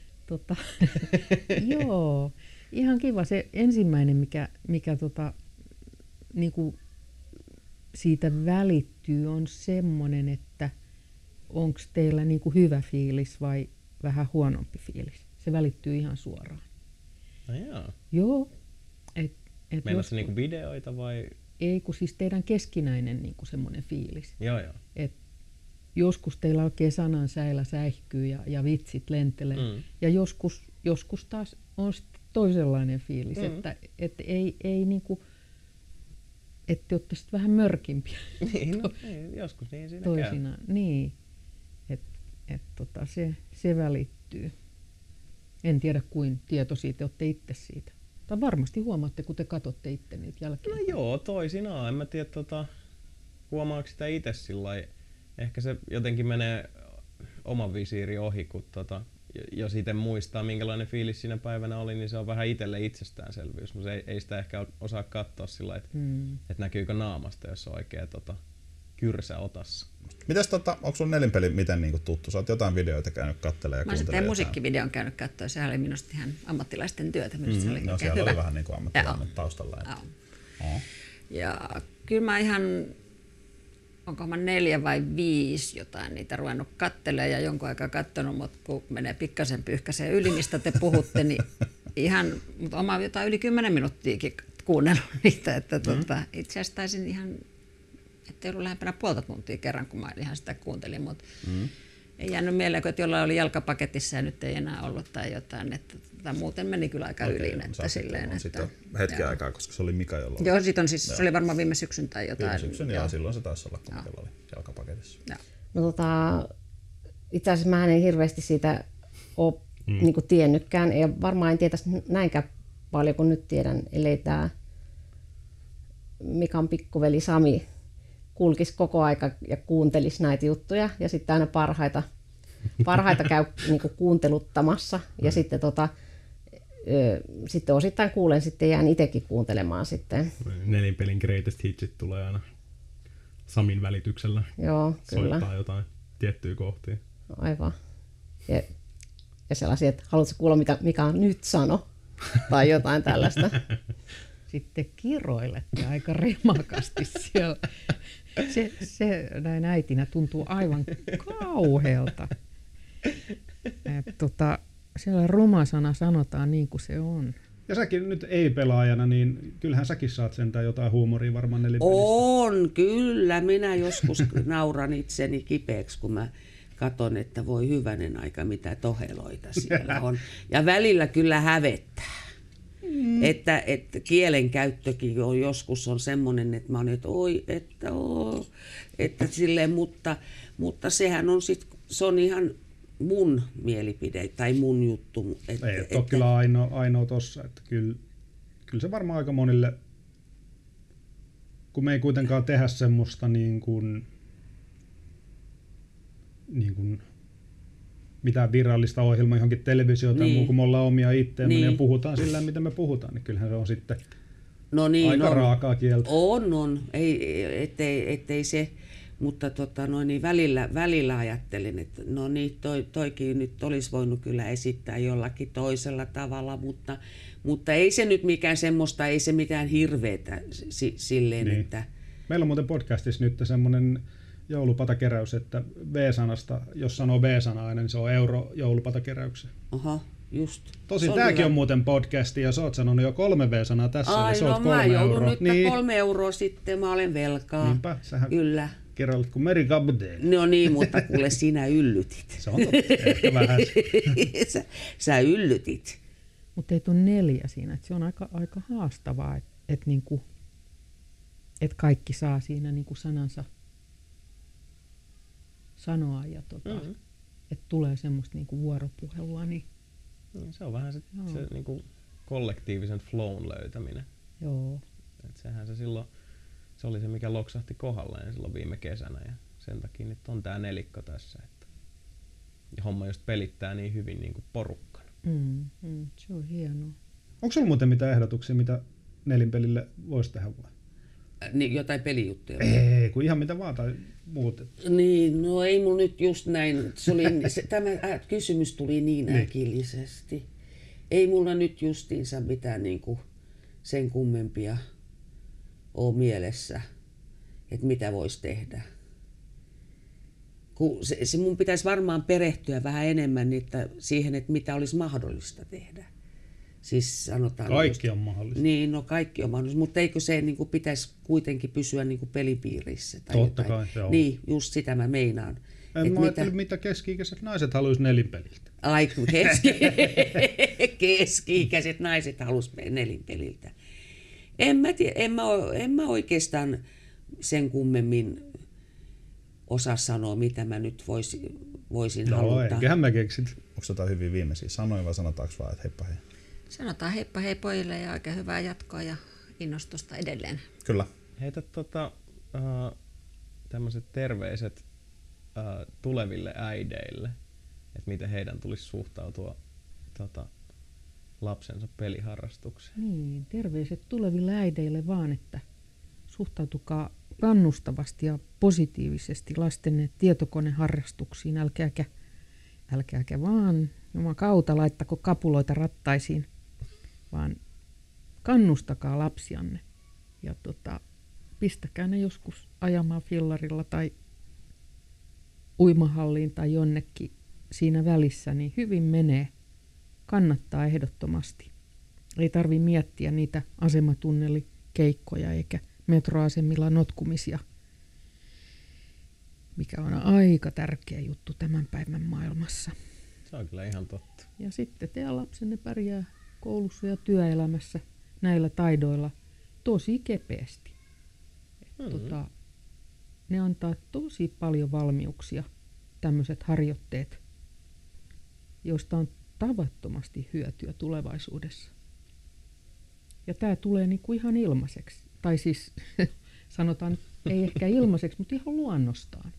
Joo, ihan kiva. Se ensimmäinen, mikä niinku siitä välittyy, on semmoinen, että onko teillä niinku hyvä fiilis vai vähän huonompi fiilis. Se välittyy ihan suoraan. No joo. Joo. Meinaatko niinku videoita vai? Ei, kun siis teidän keskinäinen niinku semmoinen fiilis. Joo. Et joskus teillä oikein sanan säilä säihkyy ja vitsit lentelee. Ja joskus taas on toisenlainen fiilis, että ei niinku, että olette sitten vähän mörkimpiä. Niin, joskus niin siinä toisinaan. käy. Niin, se välittyy. En tiedä, kuin tietoisia te olette itse siitä. Tai varmasti huomaatte, kun te katsotte itse niitä jälkeen. No joo, toisinaan. En mä tiedä, huomaako sitä itse sillai. Ehkä se jotenkin menee oman visiiri ohi, kun jos itse muistaa, minkälainen fiilis siinä päivänä oli, niin se on vähän itselle itsestäänselvyys. Mutta ei sitä ehkä osaa katsoa sillä, että näkyykö naamasta, jos on oikein kyrsä otassa. Mites onko sun Nelinpeli miten niinku tuttu? Sä oot jotain videoita käynyt katselemaan ja kuuntelemaan. Mä sitten musiikkivideon käynyt katsoa. Sehän oli minusta ihan ammattilaisten työtä. Minusta se oli no, siellä hyvä. Oli vähän niin kuin ammattilainen taustalla. Ja kyllä mä ihan, onko mä 4 vai 5 jotain niitä ruvennut katselemaan ja jonkun aikaa katsonut, mutta kun menee pikkasen pyyhkäiseen yli, mistä te puhutte, niin ihan, mutta oma jotain yli 10 minuuttiakin kuunnellut niitä, että itse asiassa taisin ihan, ettei ollut lähempänä puolta tuntia kerran, kun mä ihan sitä kuuntelin, mutta ei jäänyt mieleen, että jollain oli jalkapaketissa ja nyt ei enää ollut tai jotain, että muuten meni kyllä aika yli. Että silleen, että hetken aikaa, koska se oli Mika, jolla oli. Joo, sit on siis, se oli varmaan viime syksyn tai jotain. Viime syksyn, ja silloin se taisi olla, kun Mikalla oli jalkapaketissa. No itse asiassa mä en hirveästi siitä ole niin kuin tiennytkään, ja varmaan en tietäisi näinkään paljon kuin nyt tiedän, ellei tämä Mikan pikkuveli Sami kulkisi koko aika ja kuuntelisi näitä juttuja, ja sitten aina parhaita käy niin kuin kuunteluttamassa, ja sitten sitten osittain kuulen, sitten jään itsekin kuuntelemaan sitten. Nelinpelin Greatest Hitsit tulee aina Samin välityksellä. Joo, kyllä. Soittaa jotain tiettyjä kohtia. Aivan. Ja sellaisia, että haluatko kuulla, mitä Mika nyt sano? Tai jotain tällaista. Sitten kiroilette aika remakasti siellä. Se näin äitinä tuntuu aivan kauhealta. Siellä ruma sana sanotaan niin kuin se on. Ja säkin nyt ei-pelaajana, niin kyllähän säkin saat sentään jotain huumoria varmaan Nelinpelistä. On, kyllä. Minä joskus nauran itseni kipeäksi, kun mä katon, että voi hyvänen aika, mitä toheloita siellä on. Ja välillä kyllä hävettää. Että kielenkäyttökin on joskus on semmoinen, että mä oon, että silleen, mutta sehän on se on ihan mun mielipide tai mun juttu. Ei ole kyllä ainoa tossa, että kyllä se varmaan aika monille, kun me ei kuitenkaan tehdä semmoista niin kuin mitään virallista ohjelmaa johonkin televisioon tai muu, kun me ollaan omia itseämme ja puhutaan sillä, mitä me puhutaan, niin kyllähän se on sitten aika raakaa kieltä. On. Ettei se, mutta niin välillä ajattelin, että no niin, toikin nyt olisi voinut kyllä esittää jollakin toisella tavalla, mutta ei se nyt mikään semmoista, ei se mitään hirveetä silleen, niin. Että... Meillä on muuten podcastissa nyt semmoinen joulupatakeräys, että V-sanasta, jos sanoo V-sana aina, niin se on euro joulupatakeräykseen. Aha, just. Tosin tämäkin on muuten podcasti ja sä oot sanonut jo 3 V-sanaa tässä, eli se on 3 euroa. Nyt 3 euroa sitten, mä olen velkaa. Niinpä, sähän kyllä. Kerroit kuin merikapteeni. No niin, mutta kuule sinä yllytit. Se on totta, ehkä vähän. Sä yllytit. Mutta ei tuon 4 siinä, että se on aika haastavaa, että niinku, et kaikki saa siinä niinku sanansa sanoa ja että tulee semmoista niinku vuoropuhelua. Niin... Se on vähän se niinku kollektiivisen flown löytäminen. Joo. Et sehän se silloin, se oli se mikä loksahti kohdalleen silloin viime kesänä ja sen takia nyt on tää nelikko tässä. Että ja homma just pelittää niin hyvin niinku porukkana. Se on hienoa. Onko sulla muuten mitään ehdotuksia, mitä Nelinpelille voisi tehdä vai? Niin, jotain pelijuttuja. Ei, kun ihan mitä vaan tai muut. Niin, no ei mulla nyt just näin. Tämä kysymys tuli niin äkillisesti. Ei mulla nyt justiinsa mitään niinku sen kummempia ole mielessä, että mitä voisi tehdä. Se mun pitäisi varmaan perehtyä vähän enemmän siihen, että mitä olisi mahdollista tehdä. Siis sanotaan kaikki on mahdollista. Niin, no kaikki on mahdollista, mutta eikö se niin kuin pitäisi kuitenkin pysyä niin kuin pelipiirissä? Tai totta jotain. Kai, joo. Niin, just sitä mä meinaan. En mä ajattelin, mitä keski-ikäiset naiset haluaisi Nelinpeliltä. Ai, keski-ikäiset naiset haluaisi Nelinpeliltä. En mä oikeastaan sen kummemmin osaa sanoa, mitä mä nyt voisin haluta. Eiköhän mä keksit. Onko jotain hyviä viimeisiä sanoja vai sanotaanko vaan, että heippa hei? Sanotaan heippa hei pojille ja oikein hyvää jatkoa ja innostusta edelleen. Kyllä. Heitä tämmöiset terveiset tuleville äideille, että miten heidän tulisi suhtautua lapsensa peliharrastukseen. Niin, terveiset tuleville äideille vaan, että suhtautukaa kannustavasti ja positiivisesti lasten tietokoneharrastuksiin. Älkääkä vaan juman kautta laittako kapuloita rattaisiin, vaan kannustakaa lapsianne ja pistäkää ne joskus ajamaan fillarilla tai uimahalliin tai jonnekin siinä välissä, niin hyvin menee. Kannattaa ehdottomasti. Ei tarvi miettiä niitä asematunnelikeikkoja eikä metroasemilla notkumisia, mikä on aika tärkeä juttu tämän päivän maailmassa. Se on kyllä ihan totta. Ja sitten teidän lapsenne pärjää koulussa ja työelämässä näillä taidoilla tosi kepeästi. Ne antaa tosi paljon valmiuksia tämmöiset harjoitteet, joista on tavattomasti hyötyä tulevaisuudessa. Ja tämä tulee niinku ihan ilmaiseksi. Tai siis sanotaan, ei ehkä ilmaiseksi, mutta ihan luonnostaan.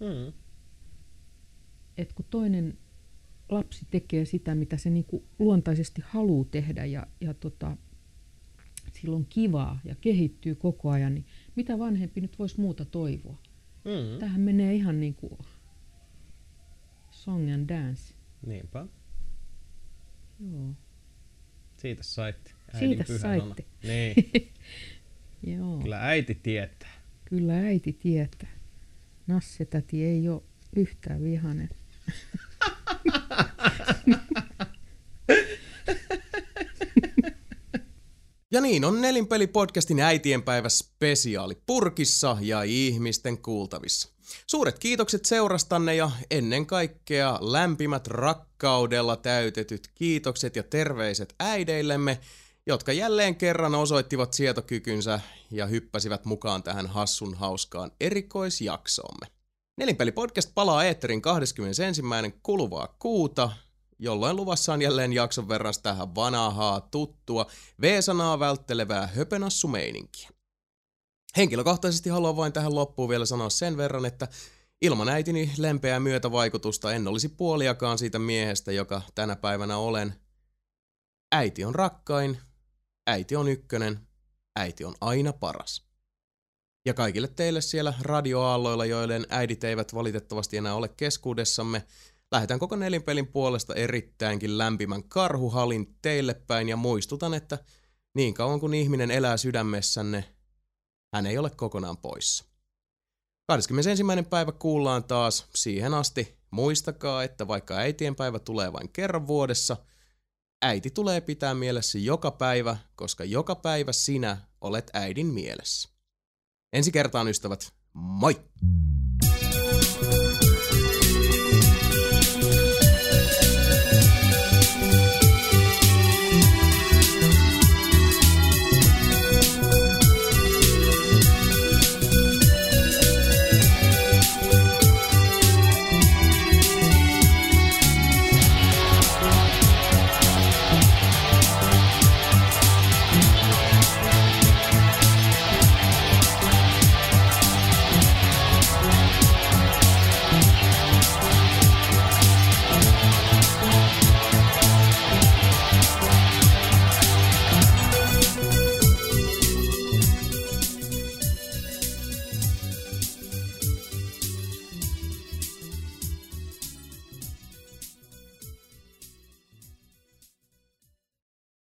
Et kun toinen lapsi tekee sitä, mitä se niinku luontaisesti haluaa tehdä ja sillä on kivaa ja kehittyy koko ajan, niin mitä vanhempi nyt voisi muuta toivoa? Tämähän menee ihan niin kuin song and dance. Niinpä. Joo. Siitä saitte. Äidin pyhänona. Niin. Joo. Kyllä äiti tietää. Kyllä äiti tietää. Nassetäti ei ole yhtään vihainen. Ja niin on Nelinpeli-podcastin äitienpäivä spesiaali purkissa ja ihmisten kuultavissa. Suuret kiitokset seurastanne ja ennen kaikkea lämpimät rakkaudella täytetyt kiitokset ja terveiset äideillemme, jotka jälleen kerran osoittivat sietokykynsä ja hyppäsivät mukaan tähän hassun hauskaan erikoisjaksoomme. Nelinpeli-podcast palaa eetterin 21. kuluvaa kuuta, jolloin luvassa on jälleen jakson verran tähän vanhaa tuttua V-sanaa välttelevää höpönassumeininkiä. Henkilökohtaisesti haluan vain tähän loppuun vielä sanoa sen verran, että ilman äitini lempeää myötävaikutusta en olisi puoliakaan siitä miehestä, joka tänä päivänä olen. Äiti on rakkain, äiti on ykkönen, äiti on aina paras. Ja kaikille teille siellä radioaalloilla, joiden äidit eivät valitettavasti enää ole keskuudessamme, lähetän koko Nelinpelin puolesta erittäinkin lämpimän karhuhalin teille päin ja muistutan, että niin kauan kun ihminen elää sydämessänne, hän ei ole kokonaan poissa. 21. päivä kuullaan taas. Siihen asti muistakaa, että vaikka äitienpäivä tulee vain kerran vuodessa, äiti tulee pitää mielessä joka päivä, koska joka päivä sinä olet äidin mielessä. Ensi kertaan ystävät, moi!